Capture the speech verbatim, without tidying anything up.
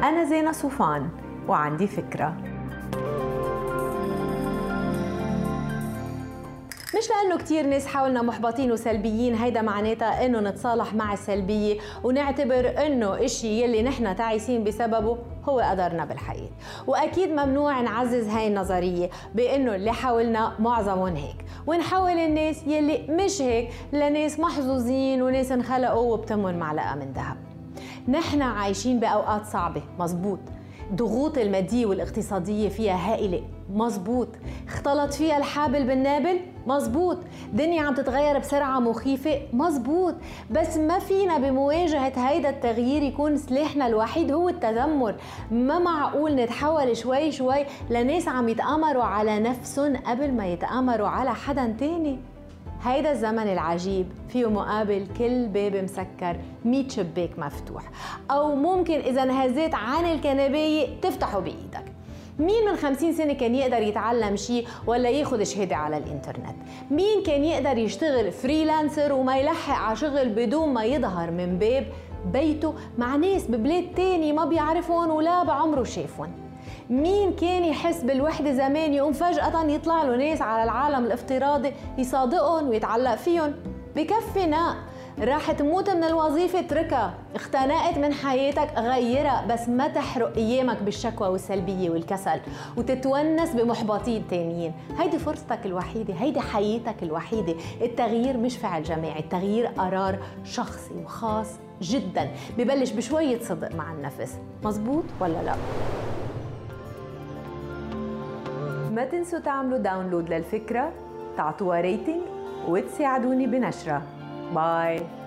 أنا زينة صوفان وعندي فكرة. مش لأنه كتير ناس حولنا محبطين وسلبيين هيدا معناتها إنه نتصالح مع السلبية ونعتبر إنه إشي يلي نحن تعيسين بسببه هو قدرنا بالحياة. وأكيد ممنوع نعزز هاي النظرية بإنه اللي حولنا معظمهم هيك، ونحول الناس يلي مش هيك لناس محظوظين وناس انخلقوا وبتمن معلقة من ذهب. نحن عايشين بأوقات صعبة، مزبوط. ضغوط المادية والاقتصادية فيها هائلة، مزبوط. اختلط فيها الحابل بالنابل، مزبوط. دنيا عم تتغير بسرعة مخيفة، مزبوط. بس ما فينا بمواجهة هيدا التغيير يكون سلاحنا الوحيد هو التذمر. ما معقول نتحول شوي شوي لناس عم يتآمروا على نفسهم قبل ما يتآمروا على حدا تاني. هيدا الزمن العجيب فيه مقابل كل باب مسكر مية شباك مفتوح، أو ممكن إذا انهزيت عن الكنباية تفتحه بإيدك. مين من خمسين سنة كان يقدر يتعلم شيء ولا ياخد شهادة على الإنترنت؟ مين كان يقدر يشتغل فريلانسر وما يلحق على شغل بدون ما يظهر من باب بيته مع ناس ببلاد تاني ما بيعرفون ولا بعمره شافون؟ مين كان يحس بالوحدة زمان يقوم فجأة يطلع له ناس على العالم الافتراضي يصادقهم ويتعلق فيهم؟ بكفي ناق. راح تموت من الوظيفة اتركها، اختنقت من حياتك غيرها، بس ما تحرق ايامك بالشكوى والسلبية والكسل وتتونس بمحبطين تانيين. هيدي فرصتك الوحيدة، هيدي حياتك الوحيدة. التغيير مش فعل جماعي، التغيير قرار شخصي وخاص جدا ببلش بشوية صدق مع النفس. مزبوط ولا لا؟ ما تنسوا تعملوا داونلود للفكرة، تعطوها ريتنج وتساعدوني بنشرها. باي.